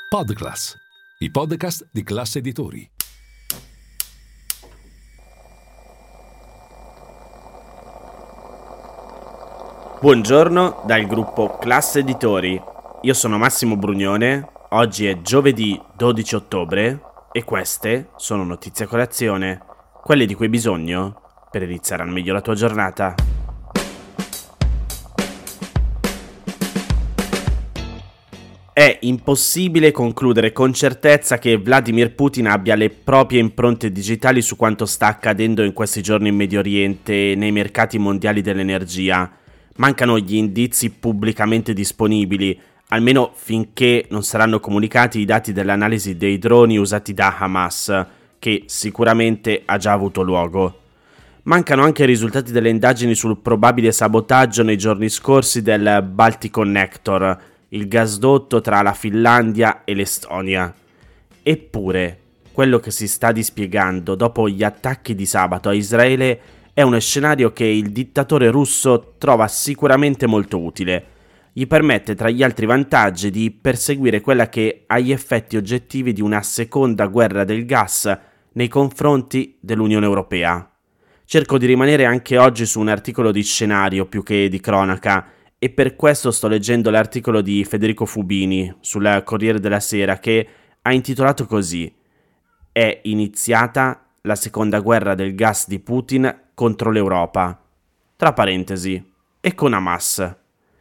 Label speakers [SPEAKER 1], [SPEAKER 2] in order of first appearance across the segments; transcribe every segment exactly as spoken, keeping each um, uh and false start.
[SPEAKER 1] Podclass, i podcast di Classe Editori.
[SPEAKER 2] Buongiorno dal gruppo Classe Editori. Io sono Massimo Brugnone. Oggi è giovedì dodici ottobre e queste sono notizie a colazione, quelle di cui hai bisogno per iniziare al meglio la tua giornata. È impossibile concludere con certezza che Vladimir Putin abbia le proprie impronte digitali su quanto sta accadendo in questi giorni in Medio Oriente e nei mercati mondiali dell'energia. Mancano gli indizi pubblicamente disponibili, almeno finché non saranno comunicati i dati dell'analisi dei droni usati da Hamas, che sicuramente ha già avuto luogo. Mancano anche i risultati delle indagini sul probabile sabotaggio nei giorni scorsi del Balticconnector, il gasdotto tra la Finlandia e l'Estonia. Eppure, quello che si sta dispiegando dopo gli attacchi di sabato a Israele è uno scenario che il dittatore russo trova sicuramente molto utile. Gli permette, tra gli altri vantaggi, di perseguire quella che ha gli effetti oggettivi di una seconda guerra del gas nei confronti dell'Unione Europea. Cerco di rimanere anche oggi su un articolo di scenario più che di cronaca, e per questo sto leggendo l'articolo di Federico Fubini sul Corriere della Sera che ha intitolato così: È iniziata la seconda guerra del gas di Putin contro l'Europa, tra parentesi, e con Hamas.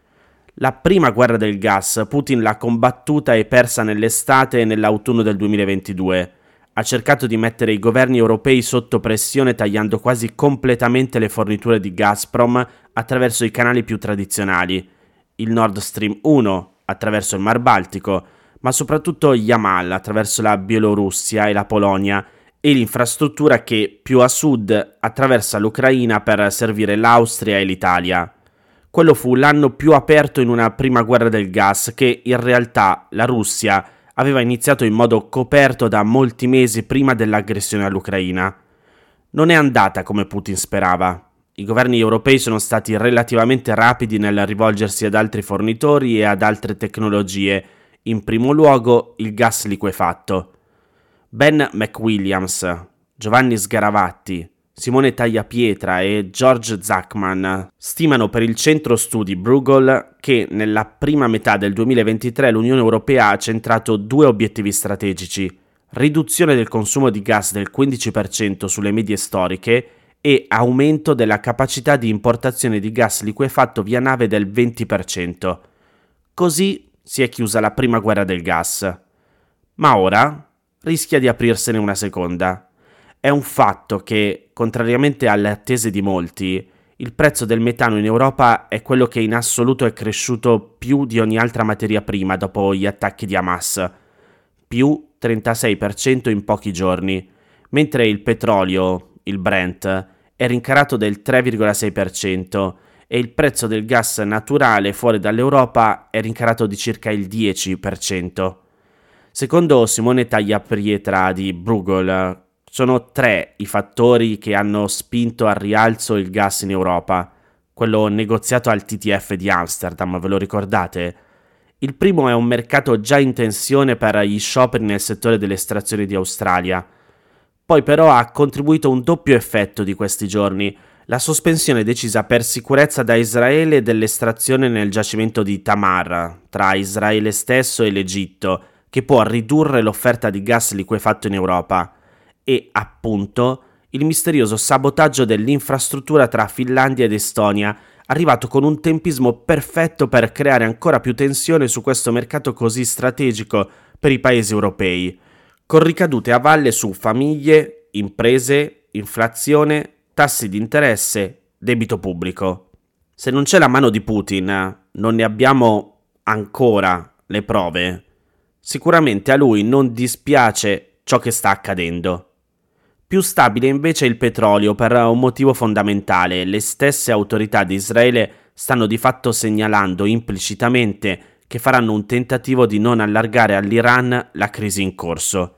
[SPEAKER 2] La prima guerra del gas Putin l'ha combattuta e persa nell'estate e nell'autunno del duemilaventidue. Ha cercato di mettere i governi europei sotto pressione tagliando quasi completamente le forniture di Gazprom attraverso i canali più tradizionali, il Nord Stream uno attraverso il Mar Baltico, ma soprattutto Yamal attraverso la Bielorussia e la Polonia, e l'infrastruttura che più a sud attraversa l'Ucraina per servire l'Austria e l'Italia. Quello fu l'anno più aperto in una prima guerra del gas che in realtà la Russia aveva iniziato in modo coperto da molti mesi prima dell'aggressione all'Ucraina. Non è andata come Putin sperava. I governi europei sono stati relativamente rapidi nel rivolgersi ad altri fornitori e ad altre tecnologie, in primo luogo il gas liquefatto. Ben McWilliams, Giovanni Sgaravatti, Simone Tagliapietra e George Zachman stimano per il centro studi Bruegel che nella prima metà del duemilaventitré l'Unione Europea ha centrato due obiettivi strategici: riduzione del consumo di gas del quindici per cento sulle medie storiche e aumento della capacità di importazione di gas liquefatto via nave del venti per cento. Così si è chiusa la prima guerra del gas. Ma ora rischia di aprirsene una seconda. È un fatto che, contrariamente alle attese di molti, il prezzo del metano in Europa è quello che in assoluto è cresciuto più di ogni altra materia prima dopo gli attacchi di Hamas, più trentasei per cento in pochi giorni, mentre il petrolio, il Brent, è rincarato del tre virgola sei per cento e il prezzo del gas naturale fuori dall'Europa è rincarato di circa il dieci per cento. Secondo Simone Tagliapietra di Bruegel, sono tre i fattori che hanno spinto al rialzo il gas in Europa, quello negoziato al T T F di Amsterdam, ve lo ricordate? Il primo è un mercato già in tensione per gli scioperi nel settore delle estrazioni di Australia. Poi però ha contribuito un doppio effetto di questi giorni: la sospensione decisa per sicurezza da Israele dell'estrazione nel giacimento di Tamar, tra Israele stesso e l'Egitto, che può ridurre l'offerta di gas liquefatto in Europa, e, appunto, il misterioso sabotaggio dell'infrastruttura tra Finlandia ed Estonia, arrivato con un tempismo perfetto per creare ancora più tensione su questo mercato così strategico per i paesi europei, con ricadute a valle su famiglie, imprese, inflazione, tassi di interesse, debito pubblico. Se non c'è la mano di Putin, non ne abbiamo ancora le prove. Sicuramente a lui non dispiace ciò che sta accadendo. Più stabile invece è il petrolio per un motivo fondamentale: le stesse autorità di Israele stanno di fatto segnalando implicitamente che faranno un tentativo di non allargare all'Iran la crisi in corso.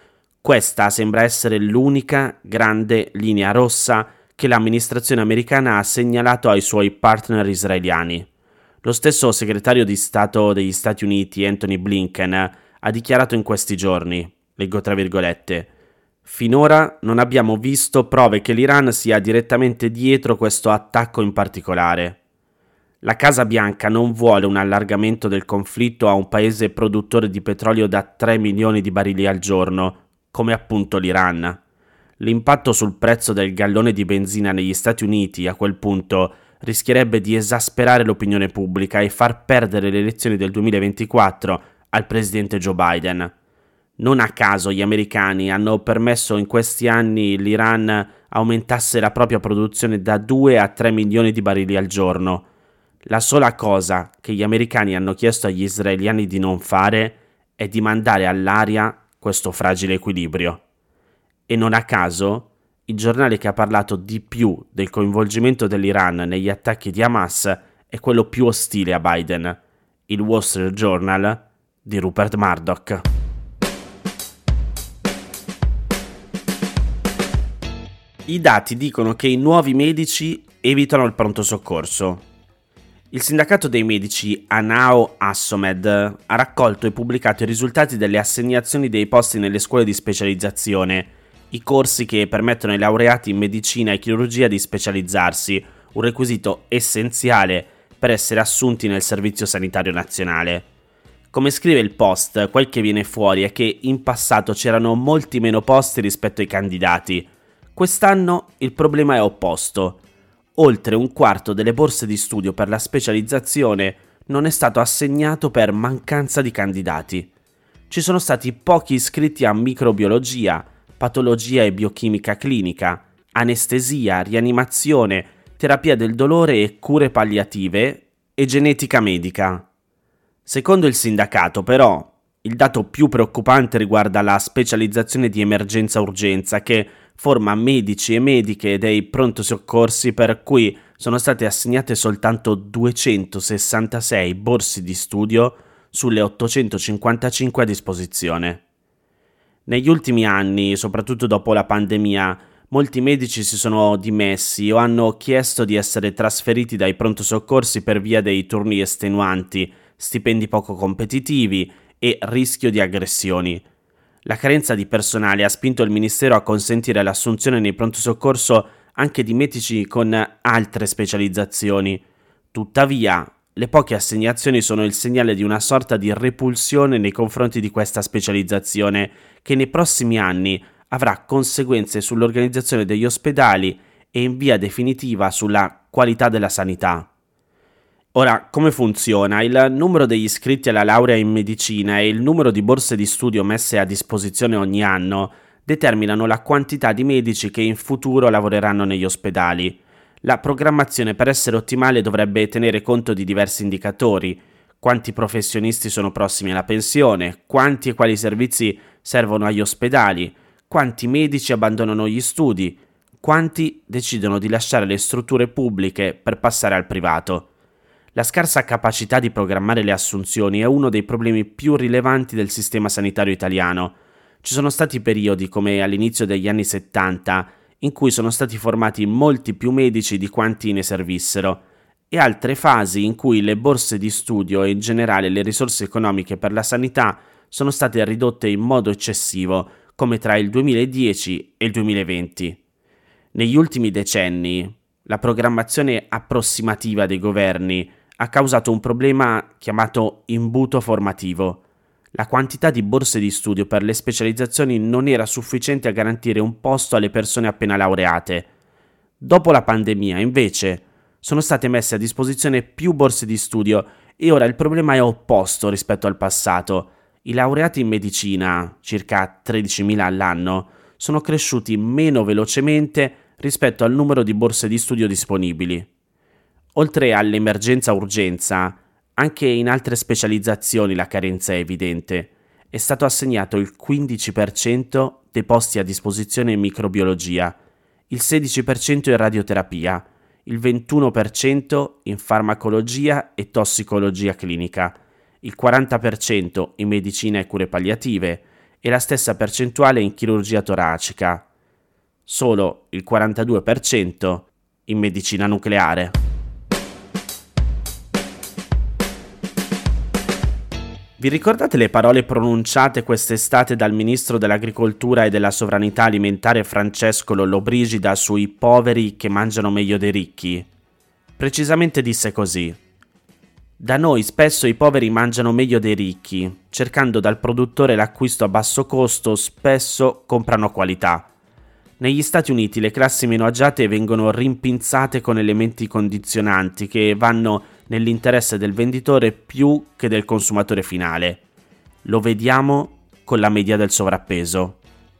[SPEAKER 2] Questa sembra essere l'unica grande linea rossa che l'amministrazione americana ha segnalato ai suoi partner israeliani. Lo stesso segretario di Stato degli Stati Uniti, Anthony Blinken, ha dichiarato in questi giorni, leggo tra virgolette: finora non abbiamo visto prove che l'Iran sia direttamente dietro questo attacco in particolare. La Casa Bianca non vuole un allargamento del conflitto a un paese produttore di petrolio da tre milioni di barili al giorno, come appunto l'Iran. L'impatto sul prezzo del gallone di benzina negli Stati Uniti a quel punto rischierebbe di esasperare l'opinione pubblica e far perdere le elezioni del duemilaventiquattro al presidente Joe Biden. Non a caso gli americani hanno permesso in questi anni l'Iran aumentasse la propria produzione da due a tre milioni di barili al giorno. La sola cosa che gli americani hanno chiesto agli israeliani di non fare è di mandare all'aria questo fragile equilibrio. E non a caso, il giornale che ha parlato di più del coinvolgimento dell'Iran negli attacchi di Hamas è quello più ostile a Biden, il Wall Street Journal di Rupert Murdoch. I dati dicono che i nuovi medici evitano il pronto soccorso. Il sindacato dei medici Anao Assomed ha raccolto e pubblicato i risultati delle assegnazioni dei posti nelle scuole di specializzazione, i corsi che permettono ai laureati in medicina e chirurgia di specializzarsi, un requisito essenziale per essere assunti nel Servizio Sanitario Nazionale. Come scrive il Post, quel che viene fuori è che in passato c'erano molti meno posti rispetto ai candidati. Quest'anno il problema è opposto. Oltre un quarto delle borse di studio per la specializzazione non è stato assegnato per mancanza di candidati. Ci sono stati pochi iscritti a microbiologia, patologia e biochimica clinica, anestesia, rianimazione, terapia del dolore e cure palliative e genetica medica. Secondo il sindacato, però, il dato più preoccupante riguarda la specializzazione di emergenza-urgenza che forma medici e mediche dei pronto soccorsi, per cui sono state assegnate soltanto duecentosessantasei borse di studio sulle ottocentocinquantacinque a disposizione. Negli ultimi anni, soprattutto dopo la pandemia, molti medici si sono dimessi o hanno chiesto di essere trasferiti dai pronto soccorsi per via dei turni estenuanti, stipendi poco competitivi e rischio di aggressioni. La carenza di personale ha spinto il Ministero a consentire l'assunzione nei pronto soccorso anche di medici con altre specializzazioni. Tuttavia, le poche assegnazioni sono il segnale di una sorta di repulsione nei confronti di questa specializzazione che nei prossimi anni avrà conseguenze sull'organizzazione degli ospedali e in via definitiva sulla qualità della sanità. Ora, come funziona? Il numero degli iscritti alla laurea in medicina e il numero di borse di studio messe a disposizione ogni anno determinano la quantità di medici che in futuro lavoreranno negli ospedali. La programmazione, per essere ottimale, dovrebbe tenere conto di diversi indicatori: quanti professionisti sono prossimi alla pensione, quanti e quali servizi servono agli ospedali, quanti medici abbandonano gli studi, quanti decidono di lasciare le strutture pubbliche per passare al privato. La scarsa capacità di programmare le assunzioni è uno dei problemi più rilevanti del sistema sanitario italiano. Ci sono stati periodi, come all'inizio degli anni settanta, in cui sono stati formati molti più medici di quanti ne servissero, e altre fasi in cui le borse di studio e in generale le risorse economiche per la sanità sono state ridotte in modo eccessivo, come tra il duemiladieci e il duemilaventi. Negli ultimi decenni, la programmazione approssimativa dei governi ha causato un problema chiamato imbuto formativo. La quantità di borse di studio per le specializzazioni non era sufficiente a garantire un posto alle persone appena laureate. Dopo la pandemia, invece, sono state messe a disposizione più borse di studio e ora il problema è opposto rispetto al passato. I laureati in medicina, circa tredicimila all'anno, sono cresciuti meno velocemente rispetto al numero di borse di studio disponibili. Oltre all'emergenza-urgenza, anche in altre specializzazioni la carenza è evidente. È stato assegnato il quindici per cento dei posti a disposizione in microbiologia, il sedici per cento in radioterapia, il ventuno per cento in farmacologia e tossicologia clinica, il quaranta per cento in medicina e cure palliative e la stessa percentuale in chirurgia toracica. Solo il quarantadue per cento in medicina nucleare. Vi ricordate le parole pronunciate quest'estate dal ministro dell'Agricoltura e della Sovranità Alimentare Francesco Lollobrigida sui poveri che mangiano meglio dei ricchi? Precisamente disse così: da noi spesso i poveri mangiano meglio dei ricchi, cercando dal produttore l'acquisto a basso costo, spesso comprano qualità. Negli Stati Uniti le classi meno agiate vengono rimpinzate con elementi condizionanti che vanno nell'interesse del venditore più che del consumatore finale. Lo vediamo con la media del sovrappeso.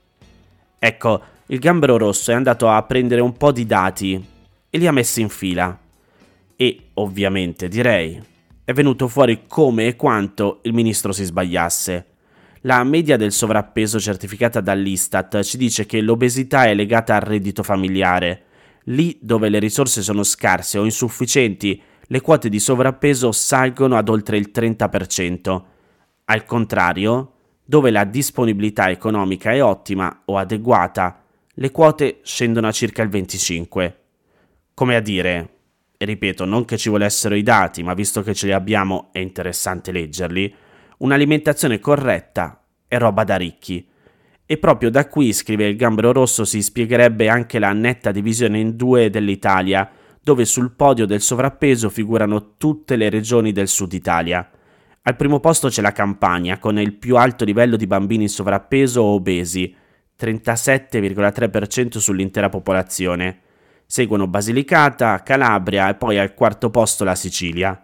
[SPEAKER 2] Ecco, il Gambero Rosso è andato a prendere un po' di dati e li ha messi in fila. E, ovviamente, direi, è venuto fuori come e quanto il ministro si sbagliasse. La media del sovrappeso certificata dall'Istat ci dice che l'obesità è legata al reddito familiare. Lì dove le risorse sono scarse o insufficienti, le quote di sovrappeso salgono ad oltre il trenta per cento. Al contrario, dove la disponibilità economica è ottima o adeguata, le quote scendono a circa il venticinque per cento. Come a dire, e ripeto, non che ci volessero i dati, ma visto che ce li abbiamo è interessante leggerli, un'alimentazione corretta è roba da ricchi. E proprio da qui, scrive il Gambero Rosso, si spiegherebbe anche la netta divisione in due dell'Italia, dove sul podio del sovrappeso figurano tutte le regioni del sud Italia. Al primo posto c'è la Campania, con il più alto livello di bambini in sovrappeso o obesi, trentasette virgola tre per cento sull'intera popolazione. Seguono Basilicata, Calabria e poi al quarto posto la Sicilia.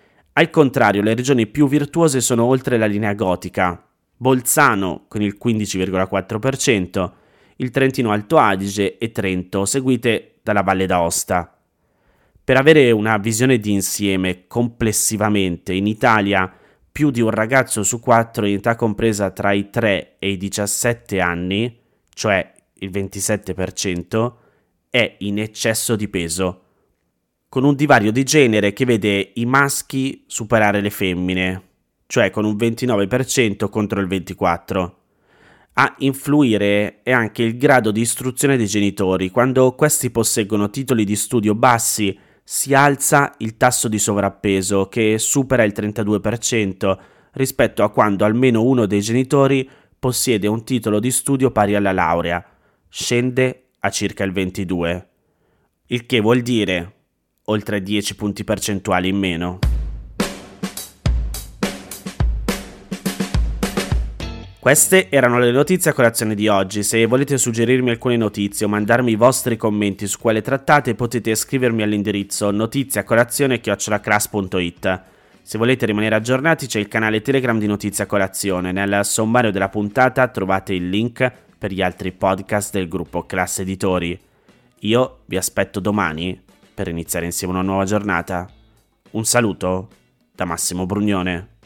[SPEAKER 2] Al contrario, le regioni più virtuose sono oltre la linea gotica: Bolzano con il quindici virgola quattro per cento, il Trentino Alto Adige e Trento, seguite dalla Valle d'Aosta. Per avere una visione di insieme, complessivamente in Italia più di un ragazzo su quattro in età compresa tra i tre e i diciassette anni, cioè il ventisette per cento, è in eccesso di peso, con un divario di genere che vede i maschi superare le femmine, cioè con un ventinove per cento contro il ventiquattro per cento. A influire è anche il grado di istruzione dei genitori. Quando questi posseggono titoli di studio bassi, si alza il tasso di sovrappeso, che supera il trentadue per cento, rispetto a quando almeno uno dei genitori possiede un titolo di studio pari alla laurea. Scende a circa il ventidue per cento. Il che vuol dire oltre dieci punti percentuali in meno. Queste erano le notizie a colazione di oggi. Se volete suggerirmi alcune notizie o mandarmi i vostri commenti su quelle trattate, potete scrivermi all'indirizzo notiziacolazione chiocciola class punto it. Se volete rimanere aggiornati c'è il canale Telegram di Notizia Colazione. Nel sommario della puntata trovate il link per gli altri podcast del gruppo Class Editori. Io vi aspetto domani per iniziare insieme una nuova giornata. Un saluto da Massimo Brugnone.